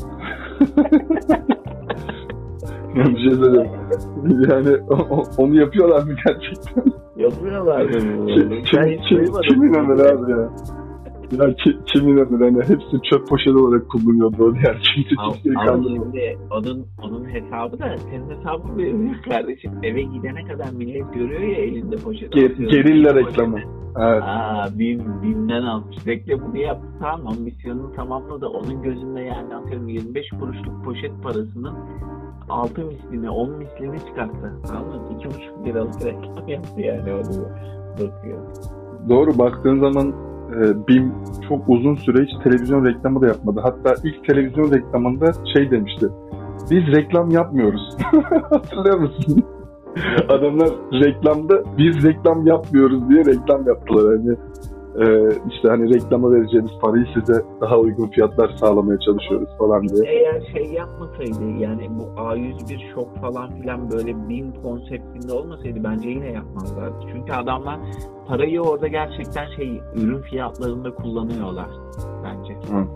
A: Ya bir şey söyleyeyim. Yani o, onu yapıyorlar mı gerçekten?
B: Yapıyorlar mı?
A: Kim, kim, kim, kim inanır abi ya? Ya ki, kim inanır, hani hepsi çöp poşeti olarak kullanıyordu o diğer kimse kimseyi kandırmıyor.
B: Şimdi onun, onun hesabı da senin hesabın veriyor kardeşim. Eve gidene kadar millet görüyor ya elinde poşet.
A: Ger, gerilla reklamı. Evet.
B: Aa, bin, binden almış. Reklamını yaptı, tamam, misyonunu tamamladı. Onun gözünde yani atıyorum yirmi beş kuruşluk poşet parasının altı mislini, on mislini çıkarttı. Anladın? iki buçuk liralık reklam yaptı yani onu bakıyor.
A: Doğru, baktığın zaman e, BİM çok uzun süre hiç televizyon reklamı da yapmadı. Hatta ilk televizyon reklamında şey demişti. Biz reklam yapmıyoruz. Hatırlıyor musun? Adamlar reklamda biz reklam yapmıyoruz diye reklam yaptılar. Hani e, işte hani reklama vereceğimiz parayı size daha uygun fiyatlar sağlamaya çalışıyoruz falan diye.
B: Eğer şey yapmasaydı, yani bu A yüz bir şok falan filan böyle BİM konseptinde olmasaydı bence yine yapmazlardı. Çünkü adamlar parayı orada gerçekten şey ürün fiyatlarında kullanıyorlar bence.
A: Hı.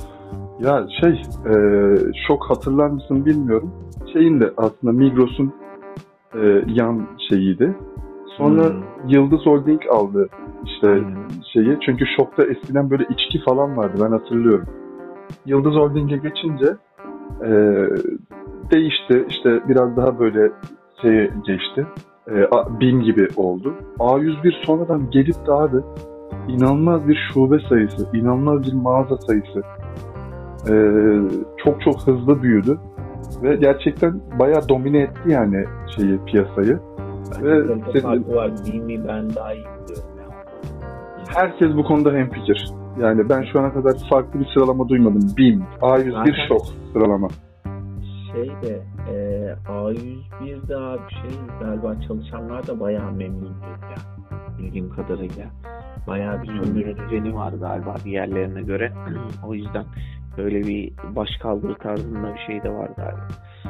A: Ya şey e, şok hatırlar mısın bilmiyorum. Şeyin de aslında Migros'un e, yan şeyiydi. Sonra hmm. Yıldız Holding aldı işte hmm. şeyi. Çünkü şokta eskiden böyle içki falan vardı, ben hatırlıyorum. Yıldız Holding'e geçince e, değişti. İşte biraz daha böyle şeye geçti. E, BİM gibi oldu. A yüz bir sonradan gelip de abi inanılmaz bir şube sayısı, inanılmaz bir mağaza sayısı. E, çok çok hızlı büyüdü. Ve gerçekten bayağı domine etti yani şeyi, piyasayı. Ve
B: farkı var. BİM'i ben daha iyi biliyorum ya.
A: Herkes bu konuda hemfikir. Yani ben şu ana kadar farklı bir sıralama duymadım. BİM, A yüz bir zaten şok sıralama.
B: Şey de e, A yüz bir'de abi şey galiba çalışanlar da bayağı memnun ya. Bildiğim kadarıyla. Bayağı bir sömürü düzeni var galiba diğerlerine göre. O yüzden böyle bir başkaldırı tarzında bir şey de var galiba.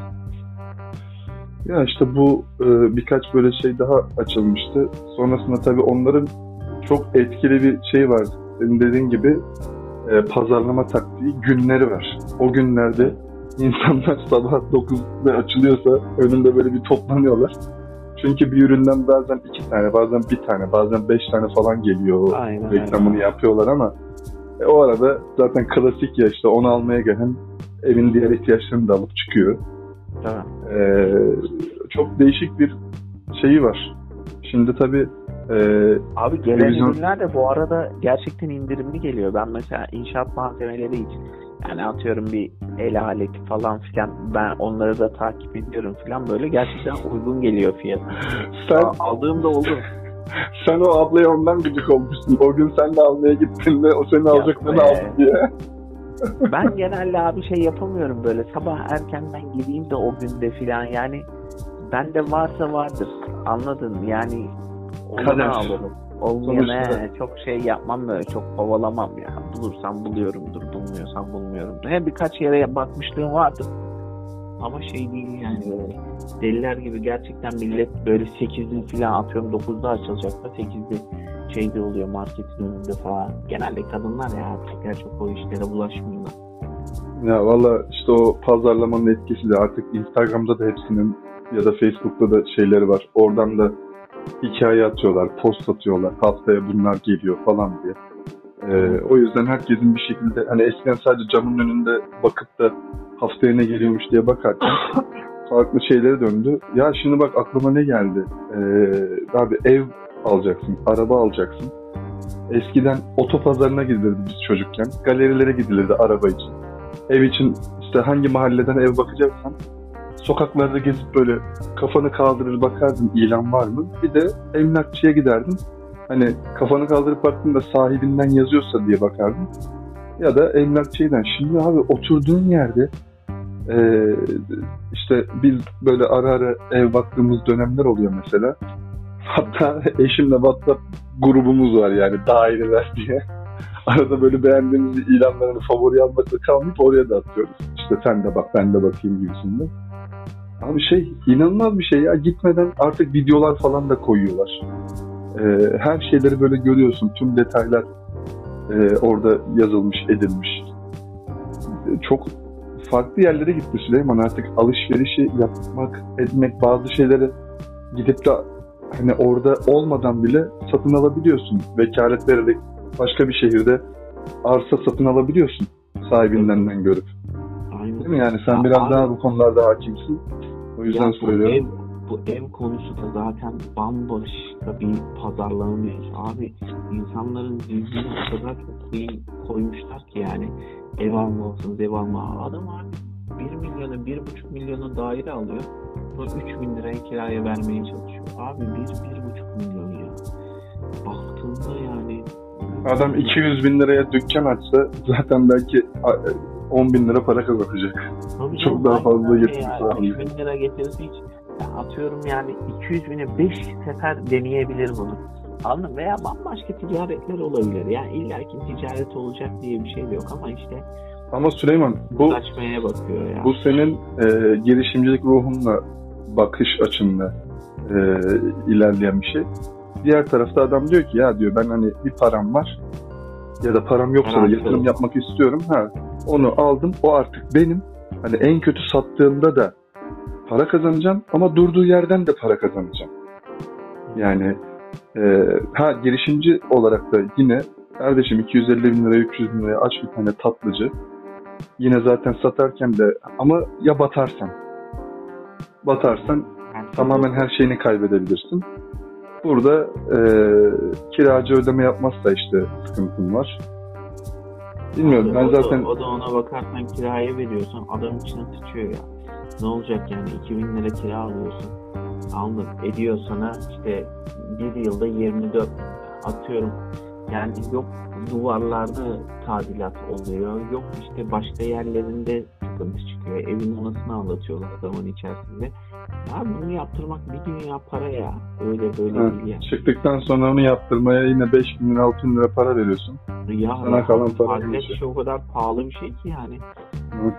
A: Ya işte bu e, birkaç böyle şey daha açılmıştı. Sonrasında tabii onların çok etkili bir şey var. Senin dediğin gibi e, pazarlama taktiği günleri var. O günlerde insanlar sabah dokuzda açılıyorsa önünde böyle bir toplanıyorlar. Çünkü bir üründen bazen iki tane, bazen bir tane, bazen beş tane falan geliyor. Aynen, reklamını aynen yapıyorlar ama E, o arada zaten klasik ya işte onu almaya gelen evin diğer ihtiyaçlarını da alıp çıkıyor.
B: Tamam.
A: Ee, çok değişik bir şeyi var. Şimdi tabii e,
B: abi gelen televizyon... ürünler de bu arada gerçekten indirimli geliyor. Ben mesela inşaat malzemeleri için yani atıyorum bir el aleti falan filan ben onları da takip ediyorum filan böyle gerçekten uygun geliyor fiyat.
A: Sen
B: aldığım da oldu.
A: Sen o ablaya ondan gıcık olmuşsun. O gün sen de almaya gittin de o seni alacaklarını aldı diye.
B: Ben genelde abi şey yapamıyorum böyle sabah erkenden gideyim de o günde filan yani bende varsa vardır anladın yani onu alırım. Olmayana çok şey yapmam böyle çok kovalamam ya. Bulursam buluyorumdur, bulmuyorsam bulmuyorumdur. Hem birkaç yere bakmışlığım vardı. Ama şey değil yani böyle deliler gibi gerçekten millet böyle sekizli falan atıyorum dokuzda açılacak da sekizde şeyde oluyor marketin önünde falan. Genelde kadınlar ya erkekler çok o işlere bulaşmıyorlar.
A: Ya valla işte o pazarlamanın etkisi de artık Instagram'da da hepsinin ya da Facebook'ta da şeyleri var. Oradan da hikaye atıyorlar, post atıyorlar. Haftaya bunlar geliyor falan diye. Ee, o yüzden herkesin bir şekilde hani eskiden sadece camın önünde bakıp da haftaya ne geliyormuş diye bakarken farklı şeylere döndü. Ya şimdi bak aklıma ne geldi? Ee, abi ev alacaksın, araba alacaksın. Eskiden otopazarına gidilirdi biz çocukken. Galerilere gidilirdi araba için. Ev için işte hangi mahalleden ev bakacaksan sokaklarda gezip böyle kafanı kaldırır bakardın ilan var mı? Bir de emlakçıya giderdin. Hani kafanı kaldırıp baktığında sahibinden yazıyorsa diye bakardın. Ya da emlakçıydan. Şimdi abi oturduğun yerde e, işte biz böyle ara ara ev baktığımız dönemler oluyor mesela. Hatta eşimle WhatsApp grubumuz var yani daireler diye. Arada böyle beğendiğimiz ilanlarını favori almakla kalmayıp oraya da atıyoruz. İşte sen de bak ben de bakayım gibisinden. Abi şey inanılmaz bir şey ya gitmeden artık videolar falan da koyuyorlar. Ee, her şeyleri böyle görüyorsun. Tüm detaylar e, orada yazılmış, edilmiş. Çok farklı yerlere gitti Süleyman. Artık alışverişi yapmak, etmek bazı şeyleri gidip de hani orada olmadan bile satın alabiliyorsun. Vekalet vererek başka bir şehirde arsa satın alabiliyorsun sahibinden görüp.
B: Aynen.
A: Değil mi? Yani sen ya biraz abi, daha bu konularda hakimsin. O yüzden ya söylüyorum.
B: Ev, bu ev konusu da zaten bambaşka bir pazarlama mevzusu. Abi insanların zihnine o kadar çok iyi koymuşlar ki yani ev almalısınız, ev alma. Adam abi bir milyona, bir buçuk milyona daire alıyor. Sonra üç bin liraya kiraya vermeye çalışıyor. Abi bir, bir buçuk milyon ya. Baktığında yani
A: adam iki yüz bin liraya dükkan açsa zaten belki on bin lira para kazanacak.
B: Tabii
A: çok
B: canım,
A: daha fazla getirisi
B: var. üç bin lira getirisi hiç atıyorum yani iki yüz bine beş sefer deneyebilir bunu. Anladın mı? Veya bambaşka ticaretler olabilir. Yani illaki ticaret olacak diye bir şey de yok ama işte
A: ama Süleyman bu
B: açmaya bakıyor ya.
A: Bu senin e, girişimcilik ruhunla bakış açınla e, ilerleyen bir şey. Diğer tarafta adam diyor ki ya diyor ben hani bir param var ya da param yoksa da yatırım yapmak istiyorum. Ha onu aldım o artık benim. Hani en kötü sattığımda da para kazanacağım ama durduğu yerden de para kazanacağım. Yani e, ha girişimci olarak da yine kardeşim iki yüz elli bin liraya üç yüz bin liraya aç bir tane tatlıcı. Yine zaten satarken de ama ya batarsan batarsan tamamen her şeyini kaybedebilirsin. Burada e, kiracı ödeme yapmazsa işte sıkıntın var. Bilmiyorum ben
B: o
A: zaten...
B: Da, o da ona bakarsan kiraya veriyorsan adam içine sıçıyor ya. Ne olacak yani iki bin lira kira alıyorsun. Aldık ediyor sana işte bir yılda yirmi dört atıyorum. Yani yok duvarlarda tadilat oluyor. Yok işte başka yerlerinde sıkıntı çıkıyor. Evin anasını anlatıyorlar zaman içerisinde. Ya bunu yaptırmak bir dünya para ya. Öyle böyle ha, değil yani.
A: Çıktıktan sonra onu yaptırmaya yine beş bin lira altı bin lira para veriyorsun.
B: Ya
A: sana kalan para
B: şey o kadar pahalı bir şey ki yani.
A: Hı.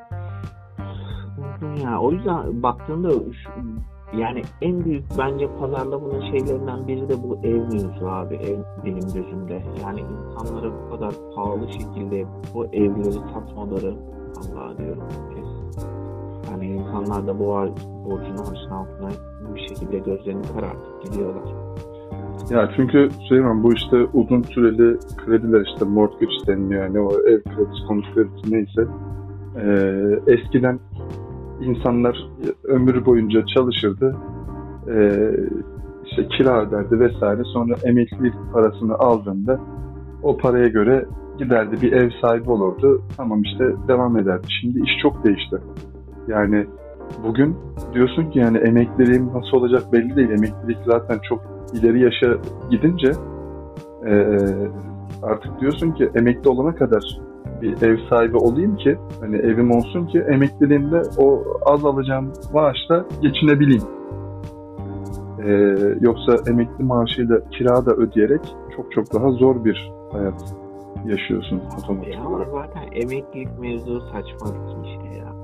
B: Ya o yüzden baktığında şu, yani en büyük bence pazarlamanın şeylerinden biri de bu ev mevzu abi. Ev benim gözümde. Yani insanlara bu kadar pahalı şekilde bu evleri satmaları Allah'a diyorum kes. Yani insanlar da bu borcun harcın altına bir şekilde gözlerini karartıp gidiyorlar.
A: Ya çünkü Süleyman, bu işte uzun süreli krediler, işte mortgage deniliyor, yani o ev kredisi, konut kredisi neyse. Ee, eskiden insanlar ömrü boyunca çalışırdı, ee, işte kira öderdi vesaire, sonra emeklilik parasını aldığında o paraya göre giderdi bir ev sahibi olurdu, tamam işte devam ederdi. Şimdi iş çok değişti. Yani bugün diyorsun ki yani emekliliğim nasıl olacak belli değil. Emeklilik zaten çok ileri yaşa gidince e, artık diyorsun ki emekli olana kadar bir ev sahibi olayım ki hani evim olsun ki emekliliğimde o az alacağım maaşla geçinebileyim. E, yoksa emekli maaşıyla kira da ödeyerek çok çok daha zor bir hayat yaşıyorsun otomatik
B: Ya
A: olarak.
B: zaten emeklilik mevzu saçmalık bir şey ya.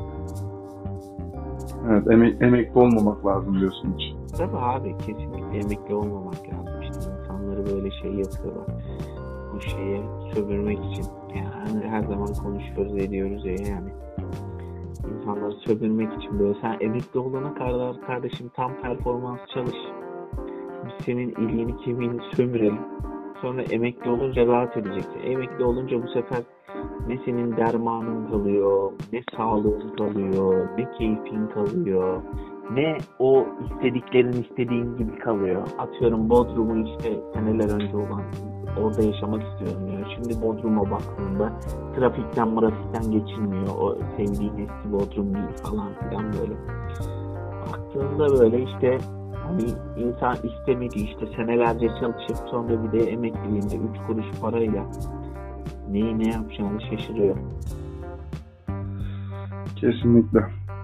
A: Evet, emek, emekli olmamak lazım diyorsun hiç.
B: Tabii abi, kesinlikle emekli olmamak lazım. İşte insanları böyle şey yapıyorlar. Bu şeye sömürmek için. Yani her zaman konuşuyoruz, ediyoruz ya yani. İnsanları sömürmek için böyle, sen emekli olana kadar kardeşim tam performans çalış. Biz senin iliğini kemiğini sömürelim. Sonra emekli olunca rahat edeceksin. Emekli olunca bu sefer ne senin dermanın kalıyor, ne sağlığın kalıyor, ne keyfin kalıyor, ne o istediklerin istediğin gibi kalıyor. Atıyorum Bodrum'u işte seneler önce olan, orada yaşamak istiyorum diyor. Şimdi Bodrum'a baktığında trafikten marafikten geçilmiyor. O sevdiğin eski Bodrum değil falan filan böyle. Baktığında böyle işte hani insan istemedi işte senelerce çalışıp sonra bir de emekliliğinde üç kuruş parayla neyi ne yapacağını şaşırıyor.
A: Kesinlikle.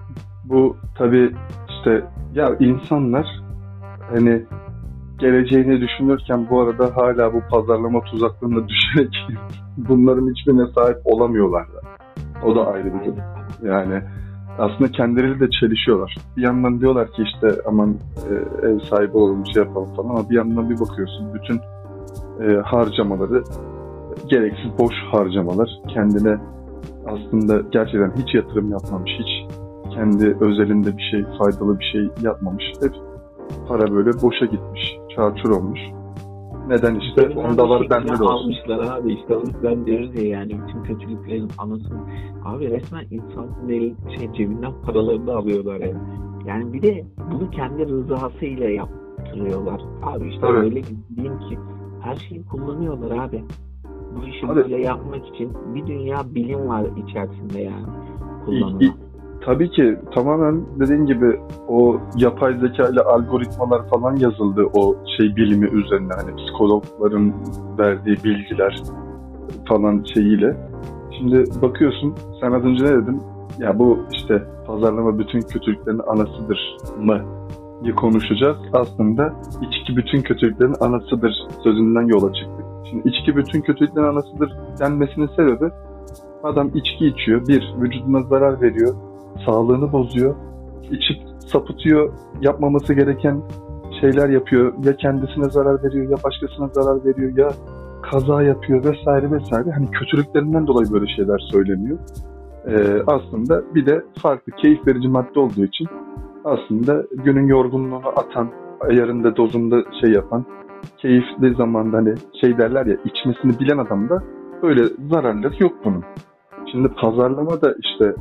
A: Bu tabii işte ya insanlar hani geleceğini düşünürken bu arada hala bu pazarlama tuzaklarına düşerek bunların hiçbirine sahip olamıyorlar da. O da ayrı bir durum. Yani aslında kendileriyle de çelişiyorlar. Bir yandan diyorlar ki işte aman e, ev sahibi olalım, şey yapalım falan, ama bir yandan bir bakıyorsun bütün e, harcamaları gereksiz boş harcamalar. Kendine aslında gerçekten hiç yatırım yapmamış, hiç kendi özelinde bir şey, faydalı bir şey yapmamış. Hep para böyle boşa gitmiş, çarçur olmuş. Neden işte?
B: Benim
A: Onda var, bende de olsun.
B: Almışlar abi, işte o yüzden diyoruz ya yani bütün kötülüklerin anasını. Abi resmen insanın el, şey, cebinden paralarını alıyorlar yani. Yani bir de bunu kendi rızasıyla yaptırıyorlar. Abi işte
A: evet.
B: Öyle diyeyim ki her şeyi kullanıyorlar abi. Bu işi
A: Abi,
B: böyle yapmak için bir dünya bilim var içerisinde yani kullanılan.
A: İ, i, tabii ki tamamen dediğin gibi o yapay zeka ile algoritmalar falan yazıldı o şey bilimi üzerine, hani psikologların verdiği bilgiler falan şeyiyle. Şimdi bakıyorsun, sen az önce ne dedin? Ya bu işte pazarlama bütün kötülüklerin anasıdır mı diye konuşacağız. Aslında içki bütün kötülüklerin anasıdır sözünden yola çıktık. Şimdi içki bütün kötülüklerin anasıdır denmesinin sebebi, adam içki içiyor. Bir, vücuduna zarar veriyor. Sağlığını bozuyor. İçip sapıtıyor. Yapmaması gereken şeyler yapıyor. Ya kendisine zarar veriyor, ya başkasına zarar veriyor, ya kaza yapıyor vesaire vesaire. Hani kötülüklerinden dolayı böyle şeyler söyleniyor. Ee, aslında bir de farklı keyif verici madde olduğu için aslında günün yorgunluğunu atan, ayarında dozunda şey yapan, keyifli zamanda hani şey derler ya, içmesini bilen adamda böyle zararları yok bunun. Şimdi pazarlama da işte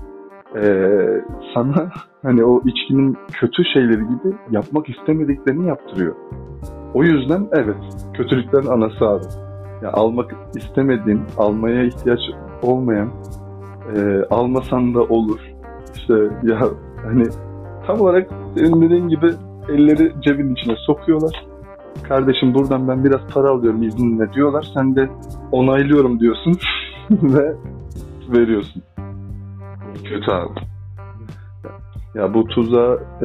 A: ee, sana hani o içkinin kötü şeyleri gibi yapmak istemediklerini yaptırıyor. O yüzden evet, kötülüklerin anası abi. Ya almak istemediğin, almaya ihtiyaç olmayan, e, almasan da olur. İşte ya hani tam olarak senin dediğin gibi elleri cebin içine sokuyorlar. Kardeşim buradan ben biraz para alıyorum izninle diyorlar. Sen de onaylıyorum diyorsun ve veriyorsun. Kötü abi. Ya bu tuzağa e,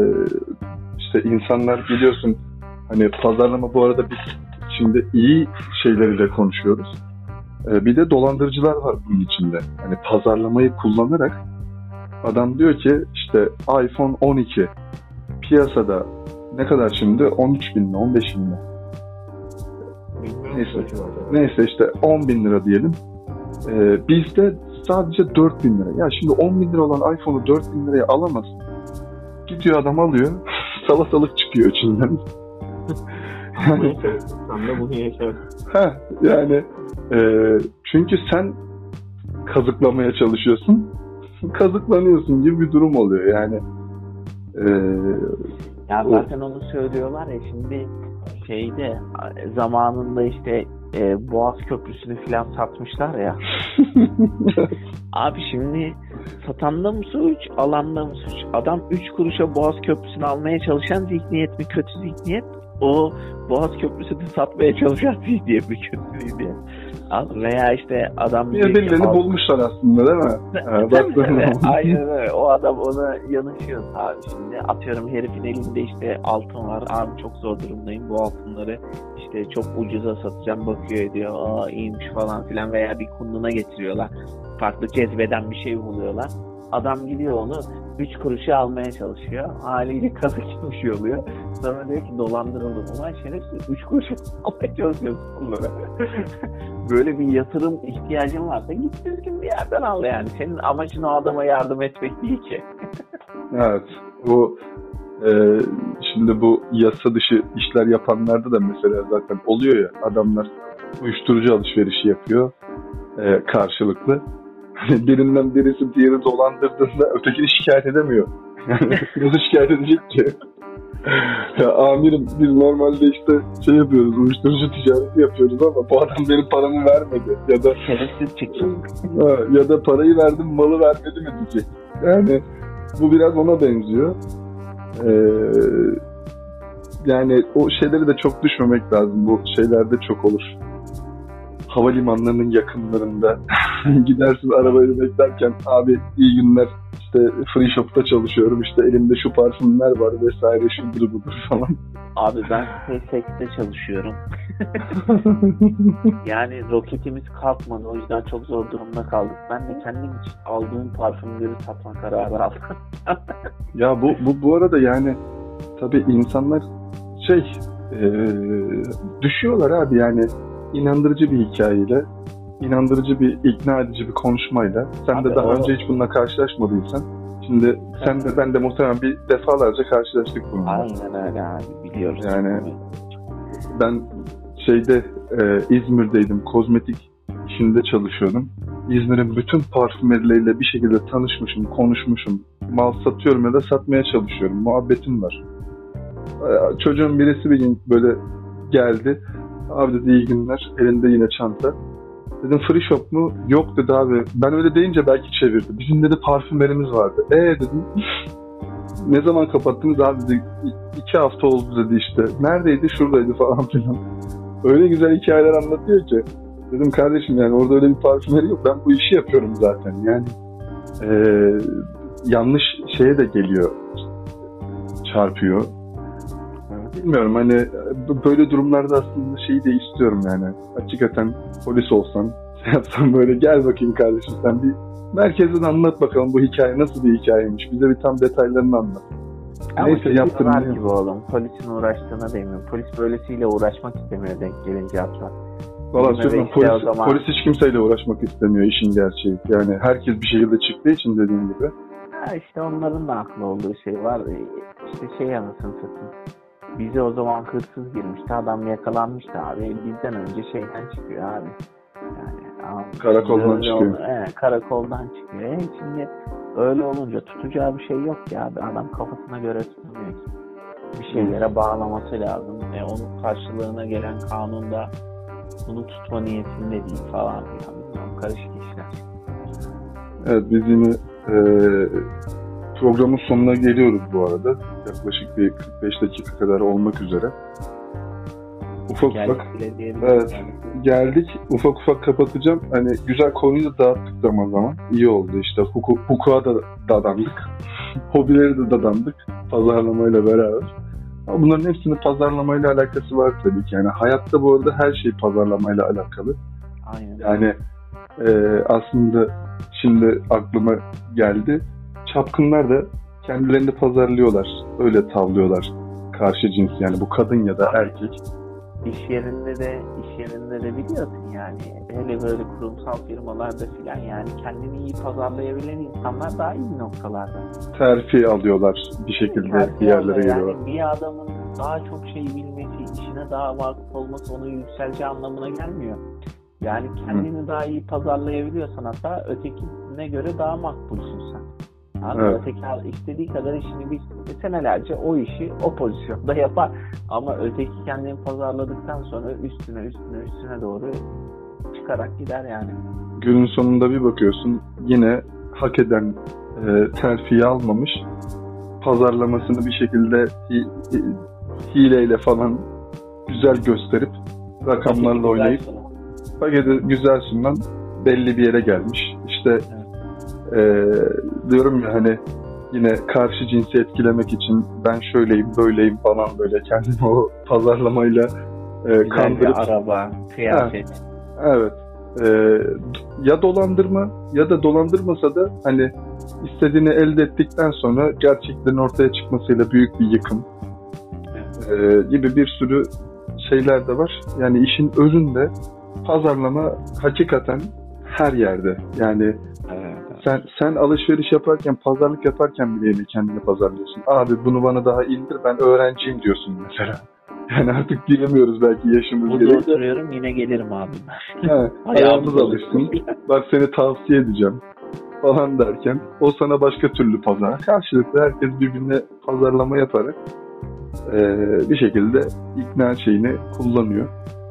A: işte insanlar biliyorsun, hani pazarlama bu arada biz şimdi iyi şeyleriyle konuşuyoruz. E, bir de dolandırıcılar var bunun içinde. Hani pazarlamayı kullanarak adam diyor ki işte iPhone on iki piyasada ne kadar şimdi? on üç bin mi? on beş bin mi? Neyse. Neyse işte on bin lira diyelim. E, bizde sadece dört bin lira. Ya şimdi on bin lira olan iPhone'u dört bin liraya alamazsın. Gidiyor adam alıyor. Salatalık çıkıyor içinden.
B: Bu yaşamışsan da bunu yaşamışsın.
A: Ha, yani e, çünkü sen kazıklamaya çalışıyorsun, kazıklanıyorsun gibi bir durum oluyor yani. E,
B: Ya zaten o... onu söylüyorlar ya şimdi şeyde zamanında işte e, Boğaz Köprüsü'nü falan satmışlar ya. Abi şimdi satanda mı suç, alanda mı suç? Adam üç kuruşa Boğaz Köprüsü'nü almaya çalışan zihniyet mi kötü zihniyet? O Boğaz Köprüsü'nü satmaya çalışan zihniyet mi kötü zihniyet? Veya işte adam...
A: Birbirlerini al... bulmuşlar aslında değil mi?
B: Evet, aynen öyle. O adam ona yanışıyor abi şimdi. Atıyorum herifin elinde işte altın var. Abi çok zor durumdayım. Bu altınları işte çok ucuza satacağım. Bakıyor ediyor. Aa iyiymiş falan filan. Veya bir kunduna getiriyorlar. Farklı cezbeden bir şey buluyorlar. Adam gidiyor onu üç kuruşa almaya çalışıyor. Haliyle kazık bir oluyor. Sonra diyor ki dolandırıldım. Ulan şerefsiz üç kuruşa almaya çalışıyorsun bunları. Böyle bir yatırım ihtiyacın varsa git düzgün bir yerden al yani. Senin amacın o adama yardım etmek değil ki.
A: Evet. Bu e, şimdi bu yasa dışı işler yapanlarda da mesela zaten oluyor ya, adamlar uyuşturucu alışverişi yapıyor e, karşılıklı. Birinden birisi diğeri dolandırdığında ötekini şikayet edemiyor. Yani nasıl şikayet edecek ki? Ya amirim biz normalde işte şey yapıyoruz, uyuşturucu ticareti yapıyoruz ama bu adam benim paramı vermedi. Ya da
B: şerefsiz çıktı.
A: Ya da parayı verdim malı vermedi mi diyecek. Yani bu biraz ona benziyor. Ee, yani o şeyleri de çok düşmemek lazım. Bu şeylerde çok olur. Havalimanlarının yakınlarında gidersin arabayı beklerken abi iyi günler işte free shop'ta çalışıyorum işte elimde şu parfümler var vesaire şudur budur falan.
B: Abi ben SpaceX'te çalışıyorum. Yani roketimiz kalkmadı o yüzden çok zor durumda kaldık. Ben de kendim için aldığım parfümleri satma kararı aldım.
A: Ya bu, bu bu arada yani tabii insanlar şey ee, düşüyorlar abi yani. İnandırıcı bir hikayeyle, inandırıcı bir, ikna edici bir konuşmayla. Sen abi de daha o... önce hiç bununla karşılaşmadıysan, şimdi evet. Sen de ben de muhtemelen bir defalarca karşılaştık bununla.
B: Aynen öyle abi, biliyoruz.
A: Yani ben şeyde e, İzmir'deydim, kozmetik işinde çalışıyordum. İzmir'in bütün parfümerileriyle bir şekilde tanışmışım, konuşmuşum. Mal satıyorum ya da satmaya çalışıyorum. Muhabbetim var. E, çocuğun birisi bir gün böyle geldi. Abi dedi iyi günler. Elinde yine çanta. Dedim free shop mu? Yok dedi abi. Ben öyle deyince belki çevirdi. Bizim dedi parfümlerimiz vardı. Eee dedim. Ne zaman kapattınız abi dedi. İki hafta oldu dedi işte. Neredeydi? Şuradaydı falan filan. Öyle güzel hikayeler anlatıyor ki. Dedim kardeşim yani orada öyle bir parfümeri yok. Ben bu işi yapıyorum zaten. Yani ee, yanlış şeye de geliyor. Çarpıyor. Bilmiyorum hani böyle durumlarda aslında şeyi de istiyorum yani. Hakikaten polis olsan, şey yapsan böyle gel bakayım kardeşim sen bir merkezden anlat bakalım bu hikaye nasıl bir hikayeymiş. Bize bir tam detaylarını anlat.
B: Ama neyse yaptım gibi oğlum. Polisin uğraştığına değmiyor. Polis böylesiyle uğraşmak istemiyor denk gelince hatta.
A: Valla söylüyorum polis, zaman... polis hiç kimseyle uğraşmak istemiyor işin gerçeği. Yani herkes bir şekilde çıktığı için dediğim gibi.
B: Ha işte onların da haklı olduğu şey var. İşte şey anasını satayım. Bize o zaman hırsız girmişti. Adam yakalanmıştı abi. Bizden önce şeyden çıkıyor abi. Yani abi,
A: karakoldan çıkıyor.
B: He, karakoldan çıkıyor. E, şimdi öyle olunca tutacağı bir şey yok ki abi. Adam kafasına göre tutamıyor ki. Bir şeylere bağlaması lazım. E, onun karşılığına gelen kanunda bunu tutma niyetinde değil falan filan. Karışık işler.
A: Evet biz yine e, programın sonuna geliyoruz bu arada. Yaklaşık bir kırk beş dakika kadar olmak üzere. Ufak geldik ufak evet, yani. Geldik. Ufak ufak kapatacağım. Hani güzel konuyu da dağıttık zaman zaman. İyi oldu işte. Hukuk, hukuka da dadandık. Hobileri de dadandık. Pazarlamayla beraber. Ama bunların hepsinin pazarlamayla alakası var tabii ki. Yani hayatta bu arada her şey pazarlamayla alakalı.
B: Aynen.
A: Yani e, aslında şimdi aklıma geldi. Çapkınlar da kendilerini pazarlıyorlar. Öyle tavlıyorlar karşı cins yani bu kadın ya da erkek.
B: İş yerinde de iş yerinde de biliyorsun yani hele böyle kurumsal firmalarda filan yani kendini iyi pazarlayabilen insanlar daha iyi noktalarda.
A: Terfi alıyorlar bir şekilde bir yerlere geliyorlar.
B: Yani bir adamın daha çok şey bilmesi, işine daha vakıf olması onun yükseleceği anlamına gelmiyor. Yani kendini Hı. daha iyi pazarlayabiliyorsan hatta ötekine göre daha makbulsun sen. Yani evet. Öteki istediği kadar işini bir senelerce o işi o pozisyonda yapar. Ama öteki kendini pazarladıktan sonra üstüne üstüne üstüne doğru çıkarak gider yani.
A: Günün sonunda bir bakıyorsun yine hak eden e, terfiyi almamış. Pazarlamasını bir şekilde hi, hi, hileyle falan güzel gösterip rakamlarla oynayıp paketi güzel sunulan belli bir yere gelmiş. İşte evet. e, diyorum ya hani yine karşı cinsi etkilemek için ben şöyleyim böyleyim falan böyle kendimi o pazarlamayla e, kandırıp
B: araba, kıyafet.
A: Evet. E, ya dolandırma ya da dolandırmasa da hani istediğini elde ettikten sonra gerçeklerin ortaya çıkmasıyla büyük bir yıkım e, gibi bir sürü şeyler de var. Yani işin özünde pazarlama hakikaten her yerde. Yani evet. sen sen alışveriş yaparken, pazarlık yaparken bile yine kendini pazarlıyorsun. Abi bunu bana daha indir, ben öğrenciyim diyorsun mesela. Yani artık diyemiyoruz belki yaşımız gereği.
B: Burada oturuyorum yine gelirim abi.
A: He, ayağımız alışsın. Bak seni tavsiye edeceğim falan derken o sana başka türlü pazar. Karşılıklı herkes birbirine pazarlama yaparak e, bir şekilde ikna şeyini kullanıyor.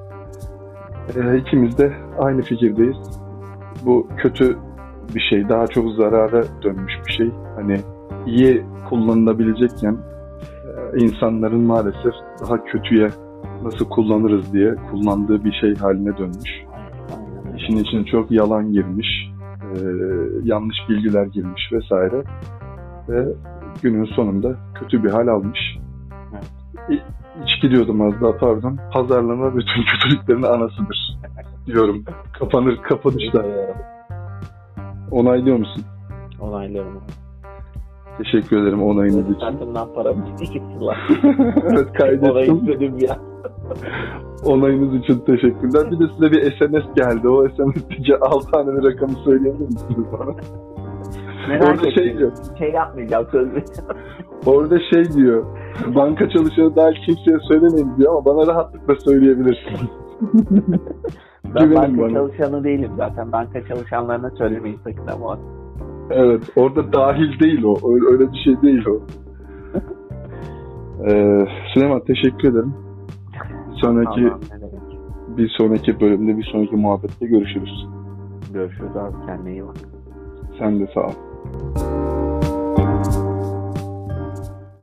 A: E, ikimiz de aynı fikirdeyiz. Bu kötü bir şey. Daha çok zarara dönmüş bir şey. Hani iyi kullanılabilecekken insanların maalesef daha kötüye nasıl kullanırız diye kullandığı bir şey haline dönmüş. İşin içine çok yalan girmiş, e, yanlış bilgiler girmiş vesaire ve günün sonunda kötü bir hal almış. Evet. İçki diyordum az daha pardon. Pazarlama bütün kötülüklerin anasıdır diyorum. Kapanır kapanışta. Onaylıyor musun?
B: Onaylıyorum.
A: Teşekkür ederim onayınız için.
B: Senden para gittiler.
A: Evet kaydettim.
B: Onayı dedim ya.
A: Onayınız için teşekkürler. Bir de size bir S M S geldi. O S M S'teki altı haneli rakamı söyleyebilir misiniz bana?
B: Merak Orada ettim. Şey diyor. Şey yapmayacağım söz
A: Orada şey diyor. Banka çalışanı dahil kimseye söylemeyin diyor ama bana rahatlıkla söyleyebilirsiniz.
B: Ben banka bana. çalışanı değilim zaten. Banka çalışanlarına söylemeyin sakın ama.
A: Evet, orada dahil değil o. Öyle, öyle bir şey değil o. ee, Süleyman teşekkür ederim. Bir sonraki tamam, bir sonraki bölümde, bir sonraki muhabbette görüşürüz.
B: Görüşürüz abi. Kendine iyi bak.
A: Sen de sağ ol.